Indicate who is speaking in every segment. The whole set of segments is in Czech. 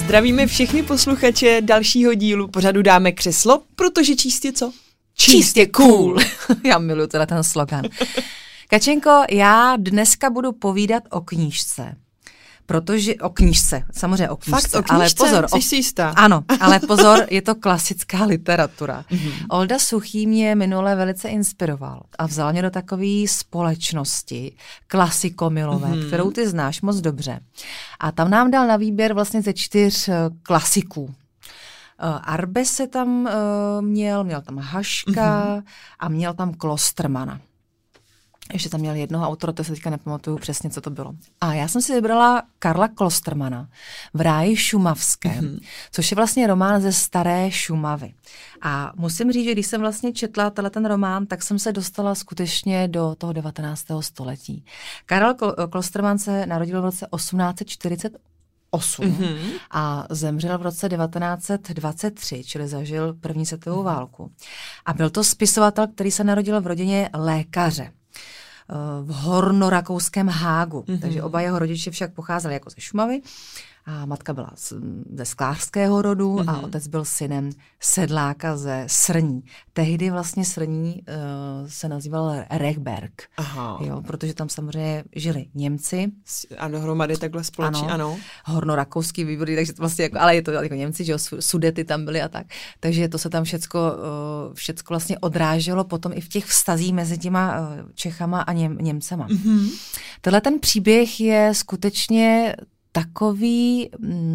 Speaker 1: Zdravíme všechny posluchače dalšího dílu pořadu Dáme křeslo, protože číst je co?
Speaker 2: Číst je cool. Já miluji teda ten slogan. Kačenko, já dneska budu povídat o knížce. Samozřejmě o knížce.
Speaker 1: Fakt o knížce?
Speaker 2: Ale pozor.
Speaker 1: Jsi si jistá?
Speaker 2: Ano, ale pozor, je to klasická literatura. Olda Suchý mě minule velice inspiroval a vzal mě do takové společnosti klasikomilové, kterou ty znáš moc dobře. A tam nám dal na výběr vlastně ze 4 klasiků. Arbese tam měl tam Haška a měl tam Klostermana. Ještě tam měl jednoho autora, to se teďka nepamatuju přesně, co to bylo. A já jsem si vybrala Karla Klostermana v Ráji šumavském, což je vlastně román ze staré Šumavy. A musím říct, že když jsem vlastně četla ten román, tak jsem se dostala skutečně do toho 19. století. Karel Klosterman se narodil v roce 1848 a zemřel v roce 1923, čili zažil první světovou válku. A byl to spisovatel, který se narodil v rodině lékaře v hornorakouském Hágu. Takže oba jeho rodiče však pocházeli jako ze Šumavy a matka byla ze sklářského rodu a otec byl synem sedláka ze Srní. Tehdy vlastně Srní se nazýval Rechberg, protože tam samozřejmě žili Němci.
Speaker 1: A dohromady takhle společně, ano.
Speaker 2: Hornorakouský výbor, takže to vlastně ale je to jako Němci, že jo, Sudety tam byli a tak. Takže to se tam všecko vlastně odráželo potom i v těch vztazích mezi těma Čechama a Němcema. Tenhle ten příběh je skutečně takový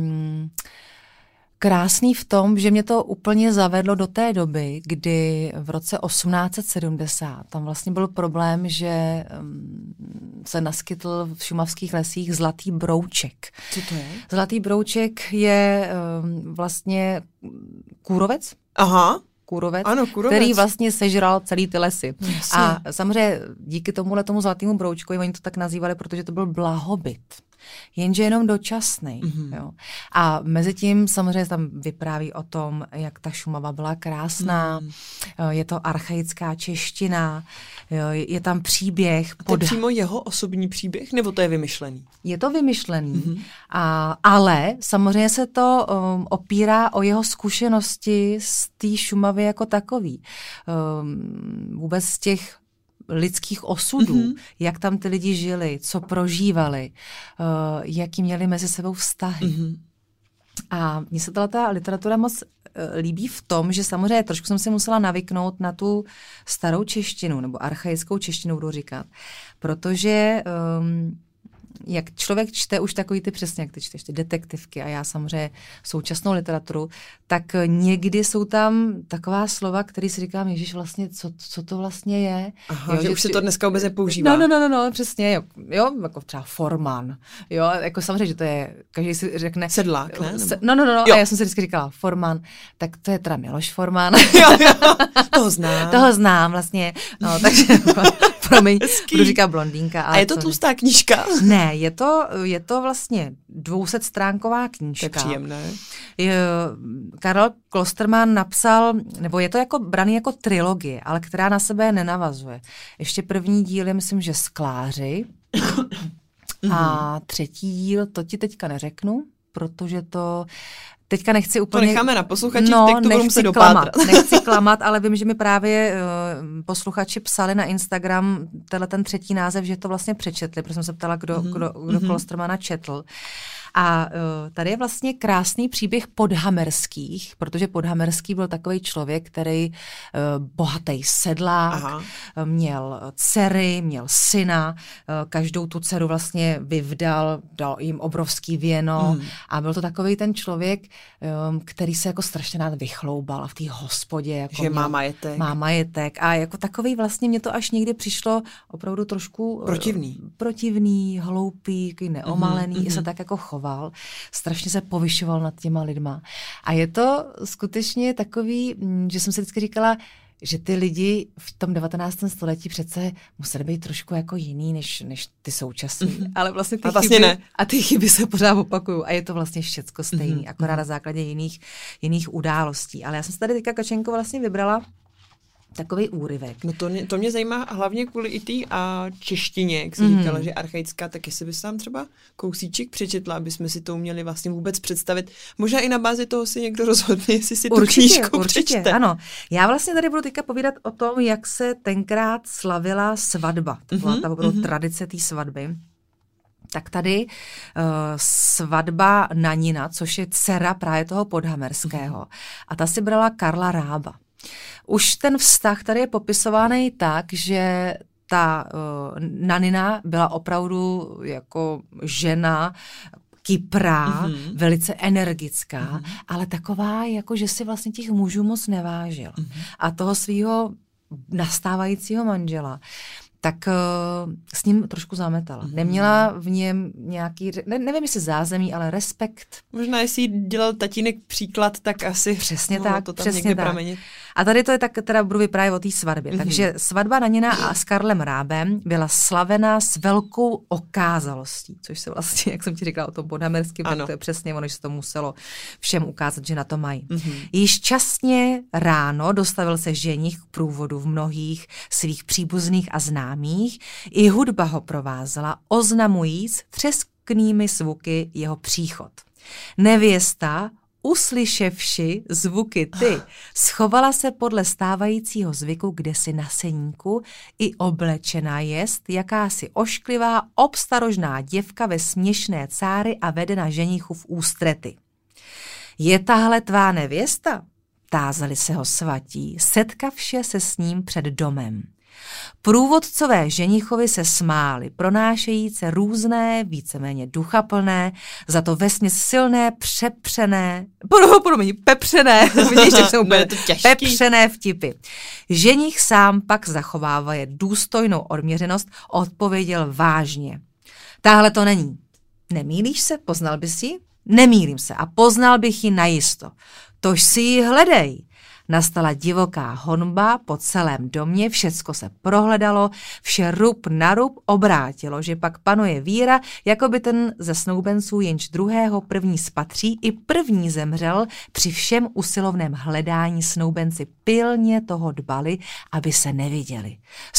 Speaker 2: krásný v tom, že mě to úplně zavedlo do té doby, kdy v roce 1870 tam vlastně byl problém, že se naskytl v šumavských lesích zlatý brouček.
Speaker 1: Co to je?
Speaker 2: Zlatý brouček je vlastně kůrovec.
Speaker 1: Aha.
Speaker 2: Kůrovec,
Speaker 1: ano,
Speaker 2: který vlastně sežral celý ty lesy.
Speaker 1: Jasně.
Speaker 2: A samozřejmě díky tomu zlatému broučkovi, oni to tak nazývali, protože to byl blahobyt. Jenže jenom dočasný. Jo. A mezi tím samozřejmě tam vypráví o tom, jak ta Šumava byla krásná, je to archaická čeština, je tam příběh.
Speaker 1: A to je přímo jeho osobní příběh, nebo to je vymyšlený?
Speaker 2: Je to vymyšlený, ale samozřejmě se to opírá o jeho zkušenosti z té Šumavy jako takový. Vůbec z těch lidských osudů, jak tam ty lidi žili, co prožívali, jaký měli mezi sebou vztahy. A mně se ta literatura moc líbí v tom, že samozřejmě trošku jsem si musela navyknout na tu starou češtinu, nebo archaickou češtinu budu říkat, protože jak člověk čte už takový ty přesně, jak ty čteš ty detektivky a já samozřejmě současnou literaturu, tak někdy jsou tam taková slova, který si říkám, ježiš, vlastně, co to vlastně je.
Speaker 1: Aha, jo, že už se to dneska vůbec nepoužívá.
Speaker 2: No, přesně, jo, jako třeba forman, jo, jako samozřejmě, že to je, každý si řekne.
Speaker 1: Sedlák, ne?
Speaker 2: No, a já jsem si vždycky říkala forman, tak to je teda Miloš Forman.
Speaker 1: Jo, toho znám
Speaker 2: vlastně, no, takže promiň, budu říkat blondýnka.
Speaker 1: A je to tlustá knížka?
Speaker 2: Ne, je to vlastně 200stránková knížka.
Speaker 1: To je příjemné.
Speaker 2: Karel Klosterman napsal, nebo je to jako braný jako trilogie, ale která na sebe nenavazuje. Ještě první díl je, myslím, že Skláři a třetí díl, to ti teďka neřeknu, protože to teďka nechci úplně.
Speaker 1: To necháme na posluchačích, teď to budu muset dopátrat.
Speaker 2: Nechci klamat, ale vím, že mi právě posluchači psali na Instagram ten třetí název, že to vlastně přečetli, protože jsem se ptala, kdo Klostermana četl. A tady je vlastně krásný příběh Podhamerských, protože Podhamerský byl takový člověk, který bohatý sedlák, měl dcery, měl syna, každou tu dceru vlastně vyvdal, dal jim obrovský věno a byl to takový ten člověk, který se jako strašně rád vychloubal v té hospodě. Jako
Speaker 1: že má
Speaker 2: majetek a jako takový vlastně mě to až někdy přišlo opravdu trošku protivný, hloupý, neomalený, se tak jako choval. Strašně se povyšoval nad těma lidma. A je to skutečně takový, že jsem si vždycky říkala, že ty lidi v tom 19. století přece museli být trošku jako jiný, než ty současní. Ale vlastně ty chyby se pořád opakují. A je to vlastně všecko stejný, akorát na základě jiných událostí. Ale já jsem se tady teďka, Kačenko, vlastně vybrala takový úryvek.
Speaker 1: No to mě zajímá hlavně kvůli i té a češtině, jak jsi říkala, že archaická, tak jestli bys tam třeba kousíček přečetla, aby jsme si to uměli vlastně vůbec představit. Možná i na bázi toho si někdo rozhodne, jestli si tu knížku přečte.
Speaker 2: Ano. Já vlastně tady budu teďka povídat o tom, jak se tenkrát slavila svatba. To byla ta opravdu tradice té svatby. Tak tady svatba Nanina, což je dcera právě toho Podhamerského. A ta si brala Karla Rába. Už ten vztah tady je popisovaný tak, že ta Nanina byla opravdu jako žena kyprá, velice energická, ale taková, jako že si vlastně těch mužů moc nevážila. A toho svého nastávajícího manžela tak s ním trošku zametala. Neměla v něm nějaký, nevím jestli zázemí, ale respekt.
Speaker 1: Možná jestli dělal tatínek příklad, tak asi
Speaker 2: přesně tak,
Speaker 1: to tam
Speaker 2: přesně
Speaker 1: někde
Speaker 2: tak.
Speaker 1: pramenit.
Speaker 2: A tady to je tak, teda budu vyprávět o té svatbě. Takže svatba Nanina a s Karlem Rábem byla slavena s velkou okázalostí, což se vlastně, jak jsem ti říkala o tom podhamerském, tak to je přesně ono, že se to muselo všem ukázat, že na to mají. Již časně ráno dostavil se ženich k průvodu v mnohých svých příbuzných a známých. I hudba ho provázela, oznamujíc třesknými zvuky jeho příchod. Nevěsta, uslyševši zvuky schovala se podle stávajícího zvyku kdesi na seníku i oblečená jest jakási ošklivá, obstarožná děvka ve směšné cáry a vedena ženichův ústrety. Je tahle tvá nevěsta? Tázali se ho svatí, setkavše se s ním před domem. Průvodcové ženichovi se smáli, pronášejíce různé, víceméně duchaplné, za to vesměs silné, pepřené, vidíš, jak jsou pepřené vtipy. Ženich sám pak zachovávaje důstojnou odměřenost, odpověděl vážně. Táhle to není. Nemýlíš se, poznal bys ji? Nemýlím se a poznal bych ji najisto. Tož si ji hledej. Nastala divoká honba po celém domě, všecko se prohledalo, vše rub na rub obrátilo, že pak panuje víra, jako by ten ze snoubenců jenž druhého první spatří i první zemřel, při všem usilovném hledání snoubenci pilně toho dbali, aby se neviděli.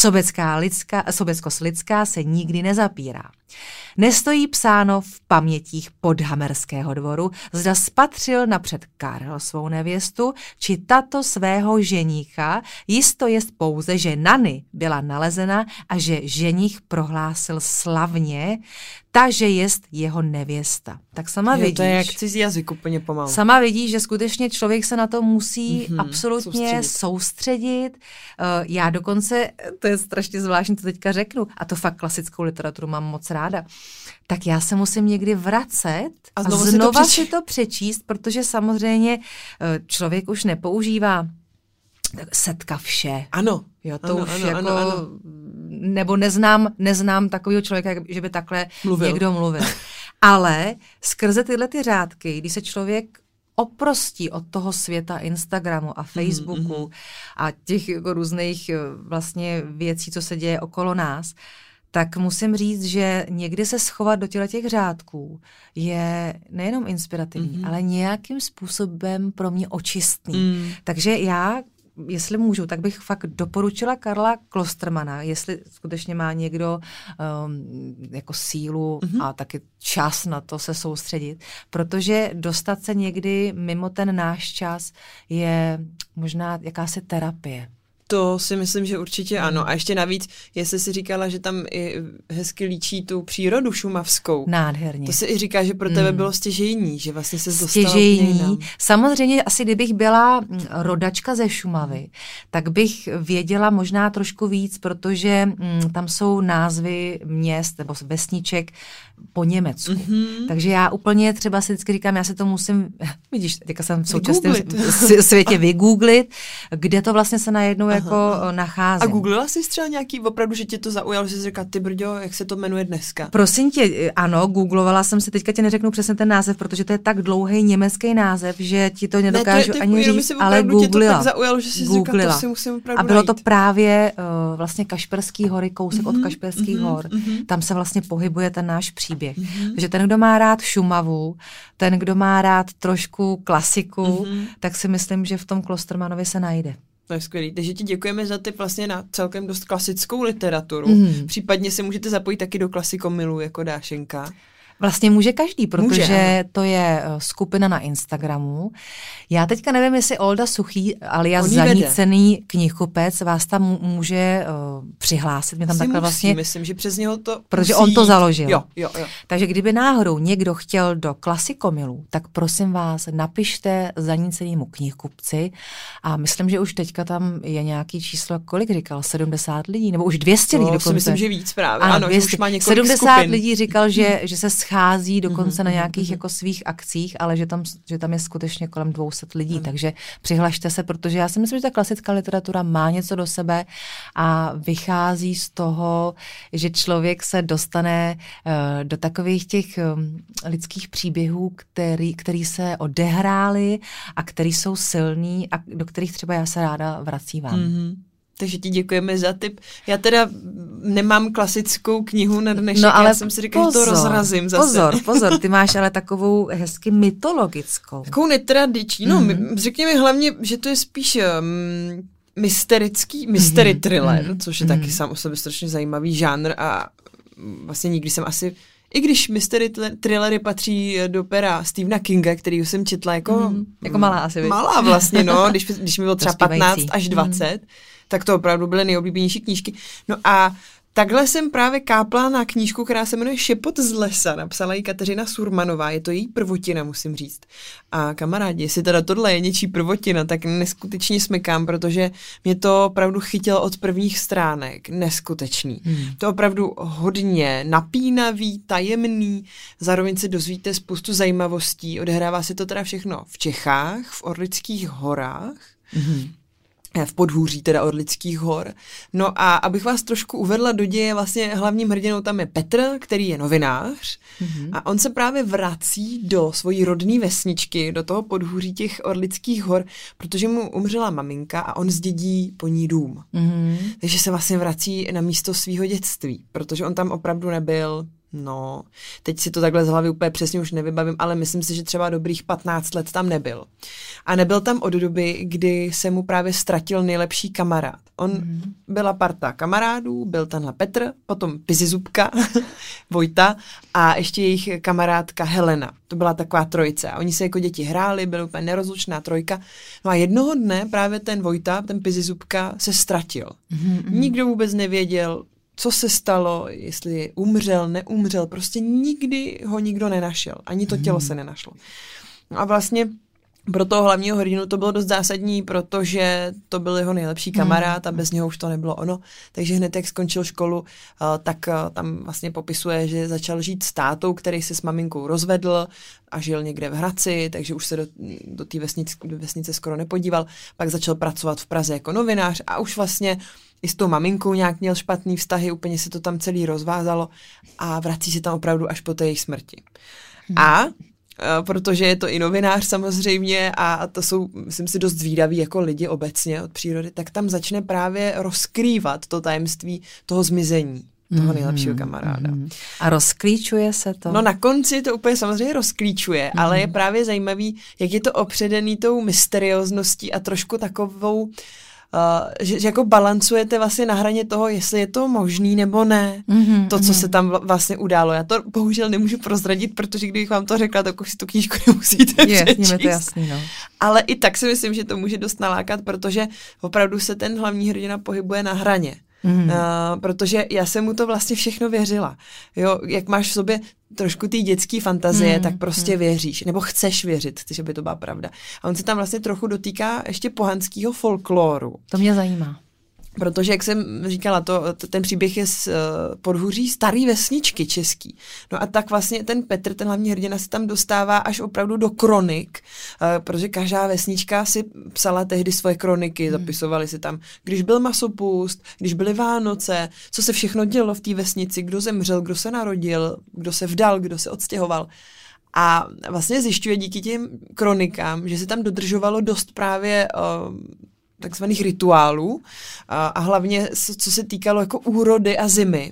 Speaker 2: Sobeckost lidská se nikdy nezapírá. Nestojí psáno v pamětích Podhamerského dvoru, zda spatřil napřed Karel svou nevěstu, či tato svého ženícha, jisto jest pouze, že Nany byla nalezena a že ženích prohlásil slavně, ta, že jest jeho nevěsta. Tak sama vidíš.
Speaker 1: To je jak cizí jazyk úplně pomalu.
Speaker 2: Sama vidíš, že skutečně člověk se na to musí absolutně soustředit. Já dokonce, to je strašně zvláštní, to teďka řeknu, a to fakt klasickou literaturu mám moc ráda, tak já se musím někdy vracet a znova si to přečíst, protože samozřejmě člověk už nepoužívá setkavše.
Speaker 1: Ano.
Speaker 2: Jo, to už jako... Nebo neznám takového člověka, že by takhle někdo mluvil. Ale skrze tyhle ty řádky, když se člověk oprostí od toho světa Instagramu a Facebooku a těch jako různých vlastně věcí, co se děje okolo nás, tak musím říct, že někdy se schovat do těch řádků je nejenom inspirativní, ale nějakým způsobem pro mě očistný. Takže já, jestli můžu, tak bych fakt doporučila Karla Klostermana, jestli skutečně má někdo jako sílu a taky čas na to se soustředit, protože dostat se někdy mimo ten náš čas je možná jakási terapie.
Speaker 1: To si myslím, že určitě ano. A ještě navíc, jestli si říkala, že tam i hezky líčí tu přírodu šumavskou.
Speaker 2: Nádherně.
Speaker 1: To se i říká, že pro tebe bylo stěžejní, že vlastně se dostala
Speaker 2: stěžejní. Samozřejmě asi kdybych byla rodačka ze Šumavy, tak bych věděla možná trošku víc, protože tam jsou názvy měst nebo vesniček po německu. Takže já úplně třeba si vždycky říkám, já se to musím, vidíš, teďka jsem v současném světě vygooglit, kde to vlastně se najednou jako nachází.
Speaker 1: A googlila jsi třeba nějaký opravdu, že tě to zaujalo, že jsi říkala, ty brďo, jak se to jmenuje dneska?
Speaker 2: Prosím tě, ano, googlovala jsem si, teďka ti neřeknu přesně ten název, protože to je tak dlouhý německý název, že ti to nedokážu ani říct, ale googlila.
Speaker 1: Tě to tak zaujalo, že jsi říkala, to si musím opravdu
Speaker 2: a bylo
Speaker 1: najít.
Speaker 2: To právě vlastně Kašperský hory, kousek od Kašperských hor. Tam se vlastně pohybuje ten náš příběh. Takže ten, kdo má rád Šumavu, ten, kdo má rád trošku klasiku, tak si myslím, že v tom Klostermanovi se najde.
Speaker 1: To je skvělý. Takže ti děkujeme za tip vlastně na celkem dost klasickou literaturu. Případně se můžete zapojit taky do Klasikomilu jako Dášenka.
Speaker 2: Vlastně může každý, protože to je skupina na Instagramu. Já teďka nevím, jestli Olda Suchý, alias Zanícený knihkupec, vás tam může přihlásit. Mě tam takhle vlastně,
Speaker 1: myslím, že přes něho to
Speaker 2: protože on to založil.
Speaker 1: Jo.
Speaker 2: Takže kdyby náhodou někdo chtěl do Klasikomilu, tak prosím vás, napište Zanícenýmu knihkupci a myslím, že už teďka tam je nějaký číslo, kolik říkal, 70 lidí, nebo už 200 lidí dokonce.
Speaker 1: Myslím, že víc právě. Ano, 200, že už má několik
Speaker 2: 70
Speaker 1: skupin.
Speaker 2: lidí říkal, že se schází dokonce na nějakých jako svých akcích, ale že tam je skutečně kolem 200 lidí, takže přihlašte se, protože já si myslím, že ta klasická literatura má něco do sebe a vychází z toho, že člověk se dostane do takových těch lidských příběhů, který se odehrály a který jsou silný a do kterých třeba já se ráda vracívám.
Speaker 1: Takže ti děkujeme za tip. Já teda nemám klasickou knihu na dnešek,
Speaker 2: no, ale
Speaker 1: já jsem si říkala, že to rozrazím zase.
Speaker 2: Pozor, ty máš ale takovou hezky mytologickou.
Speaker 1: Takovou netradiční, řekněme hlavně, že to je spíš mystery thriller, což je taky sám o sobě strašně zajímavý žánr a vlastně nikdy jsem asi, i když mystery thrillery patří do pera Stephena Kinga, kterýho jsem četla jako
Speaker 2: malá asi.
Speaker 1: Malá vlastně, no, když mi bylo třeba 15 až 20, tak to opravdu byly nejoblíbenější knížky. No a takhle jsem právě kápla na knížku, která se jmenuje Šepot z lesa. Napsala ji Kateřina Surmanová, je to její prvotina, musím říct. A kamarádi, jestli teda tohle je něčí prvotina, tak neskutečně smykám, protože mě to opravdu chytilo od prvních stránek. Neskutečný. To opravdu hodně napínavý, tajemný, zároveň se dozvíte spoustu zajímavostí. Odehrává se to teda všechno v Čechách, v Orlických horách. V podhůří teda Orlických hor. No a abych vás trošku uvedla do děje, vlastně hlavním hrdinou tam je Petr, který je novinář a on se právě vrací do svojí rodné vesničky, do toho podhůří těch Orlických hor, protože mu umřela maminka a on zdědí po ní dům. Takže se vlastně vrací na místo svého dětství, protože on tam opravdu nebyl. No, teď si to takhle z hlavy úplně přesně už nevybavím, ale myslím si, že třeba dobrých 15 let tam nebyl. A nebyl tam od doby, kdy se mu právě ztratil nejlepší kamarád. Byla parta kamarádů, byl tenhle Petr, potom Pizizubka, Vojta a ještě jejich kamarádka Helena. To byla taková trojice. A oni se jako děti hráli, byla úplně nerozlučná trojka. No a jednoho dne právě ten Vojta, ten Pizizubka se ztratil. Nikdo vůbec nevěděl, co se stalo, jestli umřel, neumřel, prostě nikdy ho nikdo nenašel. Ani to tělo se nenašlo. No a vlastně pro toho hlavního hrdinu to bylo dost zásadní, protože to byl jeho nejlepší kamarád a bez něho už to nebylo ono. Takže hned, jak skončil školu, tak tam vlastně popisuje, že začal žít s tátou, který se s maminkou rozvedl a žil někde v Hradci, takže už se do té vesnice skoro nepodíval. Pak začal pracovat v Praze jako novinář a už vlastně i s tou maminkou nějak měl špatný vztahy, úplně se to tam celý rozvázalo a vrací se tam opravdu až po té jejich smrti. A protože je to i novinář samozřejmě a to jsou, myslím si, dost zvídaví jako lidi obecně od přírody, tak tam začne právě rozkrývat to tajemství toho zmizení toho nejlepšího kamaráda.
Speaker 2: A rozklíčuje se to?
Speaker 1: No na konci to úplně samozřejmě rozklíčuje, ale je právě zajímavý, jak je to opředený tou mysteriózností a trošku takovou že jako balancujete vlastně na hraně toho, jestli je to možný nebo ne, to, co se tam vlastně událo. Já to bohužel nemůžu prozradit, protože kdybych vám to řekla, tak už si tu knížku nemusíte přečíst.
Speaker 2: Je to jasný, no.
Speaker 1: Ale i tak si myslím, že to může dost nalákat, protože opravdu se ten hlavní hrdina pohybuje na hraně. Protože já jsem mu to vlastně všechno věřila. Jo, jak máš v sobě trošku té dětské fantazie, tak prostě věříš, nebo chceš věřit, že by to byla pravda. A on se tam vlastně trochu dotýká ještě pohanského folkloru.
Speaker 2: To mě zajímá.
Speaker 1: Protože, jak jsem říkala, ten příběh je z podhůří starý vesničky český. No a tak vlastně ten Petr, ten hlavní hrdina, se tam dostává až opravdu do kronik, protože každá vesnička si psala tehdy svoje kroniky, zapisovali si tam, když byl masopust, když byly Vánoce, co se všechno dělo v té vesnici, kdo zemřel, kdo se narodil, kdo se vdal, kdo se odstěhoval. A vlastně zjišťuje díky těm kronikám, že se tam dodržovalo dost právě takzvaných rituálů a hlavně co se týkalo jako úrody a zimy.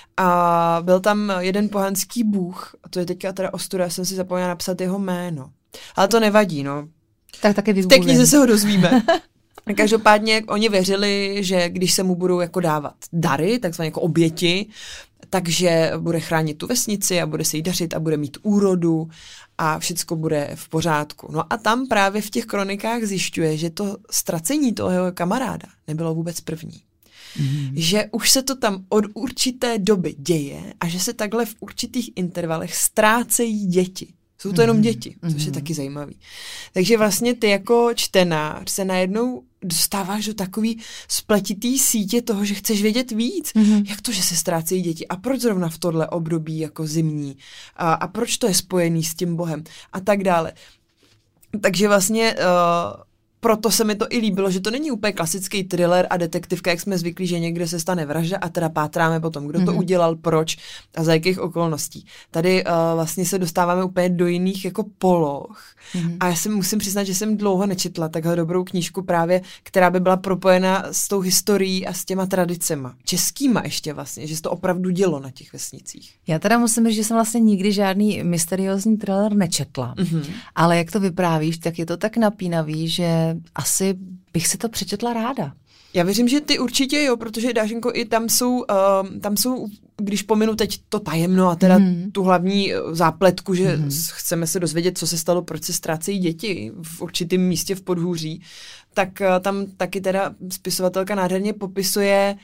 Speaker 1: A byl tam jeden pohanský bůh, a to je teďka teda ostuda, já jsem si zapomněla napsat jeho jméno. Ale to nevadí, no.
Speaker 2: Tak taky
Speaker 1: v té knize se ho dozvíme. Každopádně oni věřili, že když se mu budou jako dávat dary, takzvané jako oběti, takže bude chránit tu vesnici a bude se jí dařit a bude mít úrodu a všecko bude v pořádku. No a tam právě v těch kronikách zjišťuje, že to ztracení toho jeho kamaráda nebylo vůbec první. Že už se to tam od určité doby děje a že se takhle v určitých intervalech ztrácejí děti. Jsou to jenom děti, což je taky zajímavý. Takže vlastně ty jako čtenář se najednou dostáváš do takový spletitý sítě toho, že chceš vědět víc. Jak to, že se ztrácejí děti? A proč zrovna v tohle období jako zimní? A proč to je spojený s tím Bohem? A tak dále. Takže vlastně proto se mi to i líbilo, že to není úplně klasický thriller a detektivka, jak jsme zvyklí, že někde se stane vražda a teda pátráme potom, kdo to udělal, proč a za jakých okolností. Tady vlastně se dostáváme úplně do jiných jako poloh. A já si musím přiznat, že jsem dlouho nečetla takhle dobrou knížku právě, která by byla propojena s tou historií a s těma tradicema. Českýma ještě vlastně, že se to opravdu dělo na těch vesnicích.
Speaker 2: Já teda musím říct, že jsem vlastně nikdy žádný mysteriózní thriller nečetla. Ale jak to vyprávíš, tak je to tak napínavý, že asi bych si to přečetla ráda.
Speaker 1: Já věřím, že ty určitě jo, protože Dášenko, i tam jsou, když pominu teď to tajemno a teda tu hlavní zápletku, že chceme se dozvědět, co se stalo, proč se ztrácejí děti v určitém místě v Podhůří, tak tam taky teda spisovatelka nádherně popisuje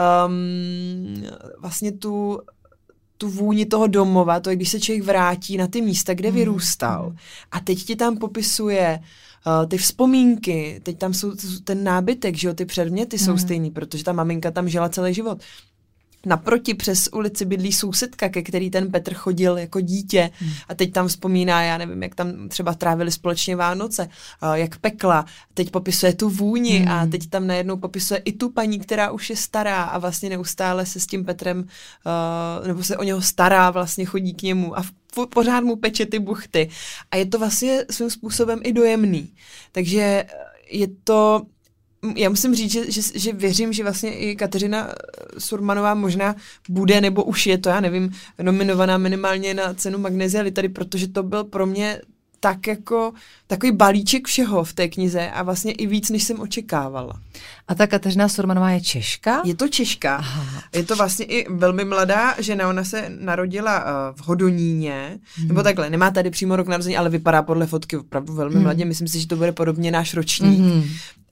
Speaker 1: vlastně tu vůni toho domova, to je, když se člověk vrátí na ty místa, kde vyrůstal. A teď ti tam popisuje ty vzpomínky, teď tam jsou ten nábytek, že jo, ty předměty jsou stejný, protože ta maminka tam žila celý život. Naproti přes ulici bydlí sousedka, ke který ten Petr chodil jako dítě a teď tam vzpomíná, já nevím, jak tam třeba trávili společně Vánoce, jak pekla, teď popisuje tu vůni a teď tam najednou popisuje i tu paní, která už je stará a vlastně neustále se s tím Petrem, nebo se o něho stará, vlastně chodí k němu a pořád mu peče ty buchty. A je to vlastně svým způsobem i dojemný. Takže je to... Já musím říct, že věřím, že vlastně i Kateřina Surmanová možná bude, nebo už je to, já nevím, nominovaná minimálně na cenu Magnesia Literary, protože to byl pro mě tak jako takový balíček všeho v té knize a vlastně i víc, než jsem očekávala.
Speaker 2: A ta Kateřina Surmanová je Češka?
Speaker 1: Je to Češka. Aha. Je to vlastně i velmi mladá žena, ona se narodila v Hodoníně, nebo takhle, nemá tady přímo rok narození, ale vypadá podle fotky opravdu velmi mladě, myslím si, že to bude podobně náš ročník.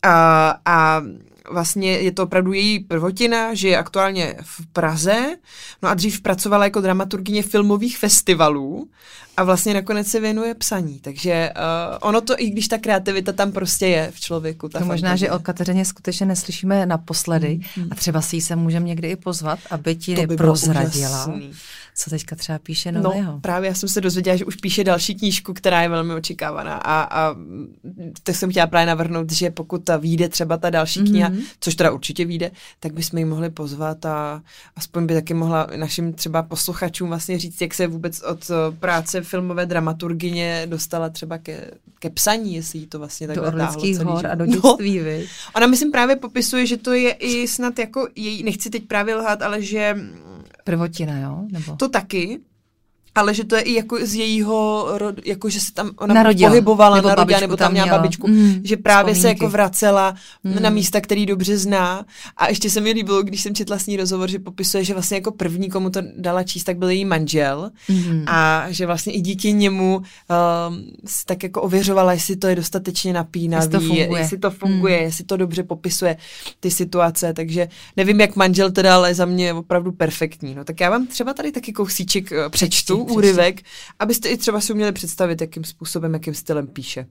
Speaker 1: A vlastně je to opravdu její prvotina, že je aktuálně v Praze, no a dřív pracovala jako dramaturgyně filmových festivalů a vlastně nakonec se věnuje psaní, takže ono to, i když ta kreativita tam prostě je v člověku.
Speaker 2: To možná, že o Kateřině skutečně neslyšíme naposledy a třeba si ji se můžeme někdy i pozvat, aby ti prozradila, co teďka třeba píše nového.
Speaker 1: No, právě já jsem se dozvěděla, že už píše další knížku, která je velmi očekávaná a tak jsem chtěla právě navrhnout, že pokud vyjde třeba ta další kniha, což teda určitě vyjde, tak bychom ji mohli pozvat a aspoň by taky mohla našim třeba posluchačům vlastně říct, jak se vůbec od práce filmové dramaturgyně dostala třeba ke psaní, jestli jí to vlastně takhle táhlo.
Speaker 2: Do Orlických hor a do dětství, viď?
Speaker 1: Ona myslím právě popisuje, že to je i snad jako její, nechci teď právě lhát, ale že...
Speaker 2: Prvotina, jo? Nebo...
Speaker 1: To taky, ale že to je i jako z jejího, jako že se tam ona pohybovala, narodila, nebo tam měla babičku, že právě se jako vracela na místa, který dobře zná. A ještě se mi líbilo, když jsem četla s ní rozhovor, že popisuje, že vlastně jako první, komu to dala číst, tak byl její manžel a že vlastně i díky němu si tak jako ověřovala, jestli to je dostatečně napínavý, jestli to funguje, jestli to dobře popisuje ty situace, takže nevím, jak manžel teda, ale za mě je opravdu perfektní. No tak já vám třeba tady taky kousíček přečtu, úryvek, abyste i třeba si uměli představit, jakým způsobem, jakým stylem píše.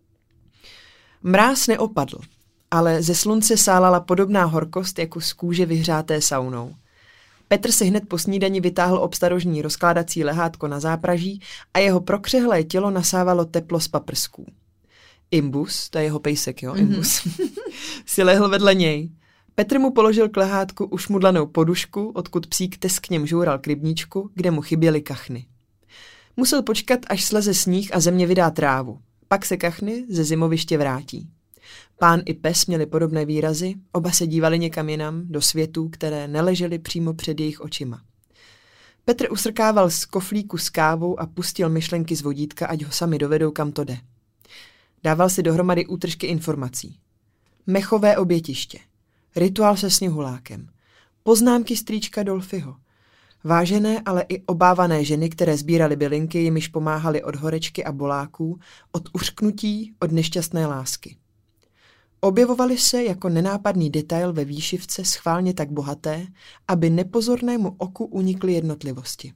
Speaker 1: Mráz neopadl, ale ze slunce sálala podobná horkost, jako z kůže vyhřáté saunou. Petr si hned po snídani vytáhl obstarožní rozkládací lehátko na zápraží a jeho prokřehlé tělo nasávalo teplo z paprsků. Imbus, to je jeho pejsek, jo, Imbus, si lehl vedle něj. Petr mu položil k lehátku ušmudlanou podušku, odkud psík teskněm žoural k rybníčku, kde mu chyběly kachny. Musel počkat, až sleze sníh a země vydá trávu. Pak se kachny ze zimoviště vrátí. Pán i pes měli podobné výrazy, oba se dívali někam jinam, do světů, které neležely přímo před jejich očima. Petr usrkával z koflíku s kávou a pustil myšlenky z vodítka, ať ho sami dovedou, kam to jde. Dával si dohromady útržky informací. Mechové obětiště. Rituál se sněhulákem. Poznámky strýčka Dolphyho. Vážené, ale i obávané ženy, které sbíraly bylinky, jimiž pomáhaly od horečky a boláků, od uřknutí, od nešťastné lásky. Objevovaly se jako nenápadný detail ve výšivce schválně tak bohaté, aby nepozornému oku unikly jednotlivosti.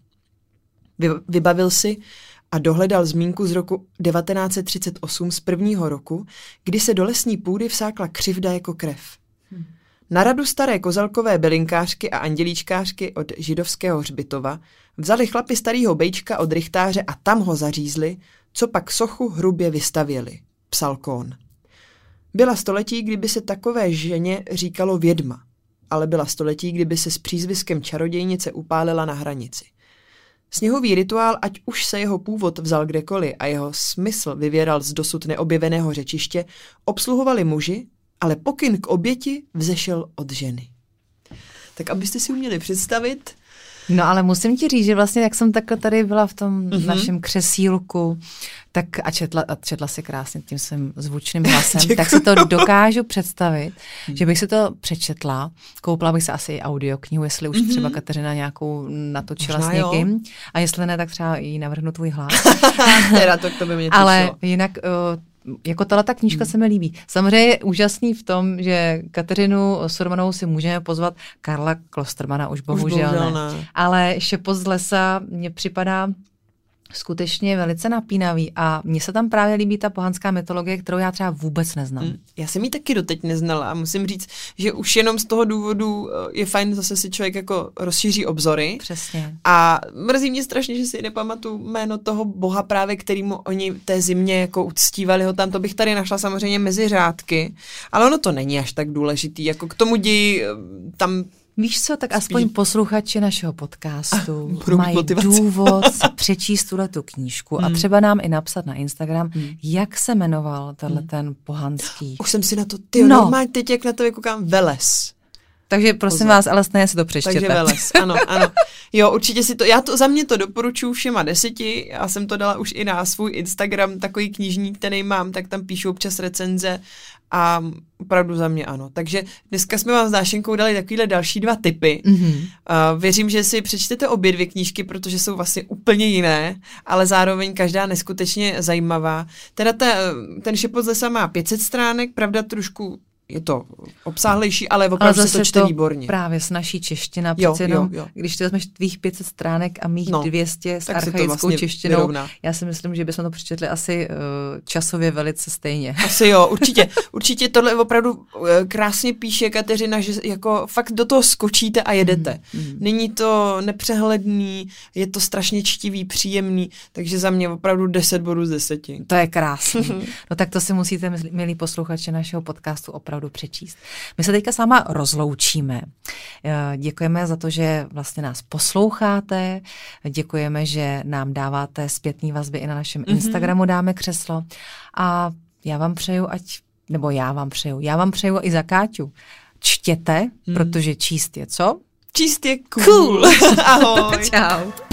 Speaker 1: Vybavil si a dohledal zmínku z roku 1938 z prvního roku, kdy se do lesní půdy vsákla křivda jako krev. Na radu staré kozelkové bylinkářky a andělíčkářky od židovského hřbitova vzali chlapi starýho bejčka od rychtáře a tam ho zařízli, co pak sochu hrubě vystavěli, psal Kohn. Byla století, kdyby se takové ženě říkalo vědma, ale byla století, kdyby se s přízviskem čarodějnice upálila na hranici. Sněhový rituál, ať už se jeho původ vzal kdekoliv a jeho smysl vyvěral z dosud neobjeveného řečiště, obsluhovali muži, ale pokyn k oběti vzešel od ženy. Tak abyste si uměli představit.
Speaker 2: No ale musím ti říct, že vlastně jak jsem takhle tady byla v tom našem křesílku, tak a četla si krásně tím svým zvučným hlasem, tak si to dokážu představit, že bych si to přečetla, koupila bych se asi i audioknihu, jestli už třeba Kateřina nějakou natočila možná s někým, jo. A jestli ne, tak třeba jí navrhnu tvůj hlas.
Speaker 1: Teda to by mě těšilo.
Speaker 2: Ale jinak jako tato knížka se mi líbí. Samozřejmě je úžasný v tom, že Kateřinu Surmanovou si můžeme pozvat, Karla Klostermana už bohužel ne. Ale Šepot z lesa mně připadá skutečně velice napínavý a mně se tam právě líbí ta pohanská mytologie, kterou já třeba vůbec neznám.
Speaker 1: Já jsem ji taky doteď neznala a musím říct, že už jenom z toho důvodu je fajn zase si člověk jako rozšíří obzory.
Speaker 2: Přesně.
Speaker 1: A mrzí mě strašně, že si nepamatuju jméno toho boha právě, kterýmu oni té zimě jako uctívali ho tam. To bych tady našla samozřejmě mezi řádky, ale ono to není až tak důležitý. Jako k tomu ději tam.
Speaker 2: Víš co, tak aspoň posluchači našeho podcastu mají důvod si přečíst tuhletu knížku a třeba nám i napsat na Instagram, jak se jmenoval ten pohanský.
Speaker 1: Už jsem si na to, normálně teď, jak na to koukám, Veles.
Speaker 2: Takže prosím vás, ale stejně si to přečtěte.
Speaker 1: Takže Veles, ano. Jo, určitě si to, za mě to doporučuji všema 10, já jsem to dala už i na svůj Instagram, takový knižník, který mám, tak tam píšu občas recenze a opravdu za mě ano. Takže dneska jsme vám s Dášenkou dali takovýhle další 2 tipy. Věřím, že si přečtete obě 2 knížky, protože jsou vlastně úplně jiné, ale zároveň každá neskutečně zajímavá. Teda ten Šepot z lesa má 500 stránek, pravda trošku je to obsáhlejší, ale opravdu se to čte výborně.
Speaker 2: Právě s naší čeština, přece jenom, když ty vezmeš tvých 500 stránek a mých 200 s archaickou vlastně češtinou, vyrovná. Já si myslím, že bychom to přečetli asi časově velice stejně.
Speaker 1: Asi jo, určitě tohle opravdu krásně píše Kateřina, že jako fakt do toho skočíte a jedete. Není to nepřehledný, je to strašně čtivý, příjemný, takže za mě opravdu 10 bodů z 10.
Speaker 2: To je krásný. No tak to si musíte, milí posluchači našeho podcastu, opravdu přečíst. My se teďka s váma rozloučíme. Děkujeme za to, že vlastně nás posloucháte. Děkujeme, že nám dáváte zpětný vazby i na našem Instagramu Dáme křeslo. A já vám přeju, já vám přeju i za Káťu. Čtěte, protože číst je co?
Speaker 1: Číst je cool. Ahoj.
Speaker 2: Čau.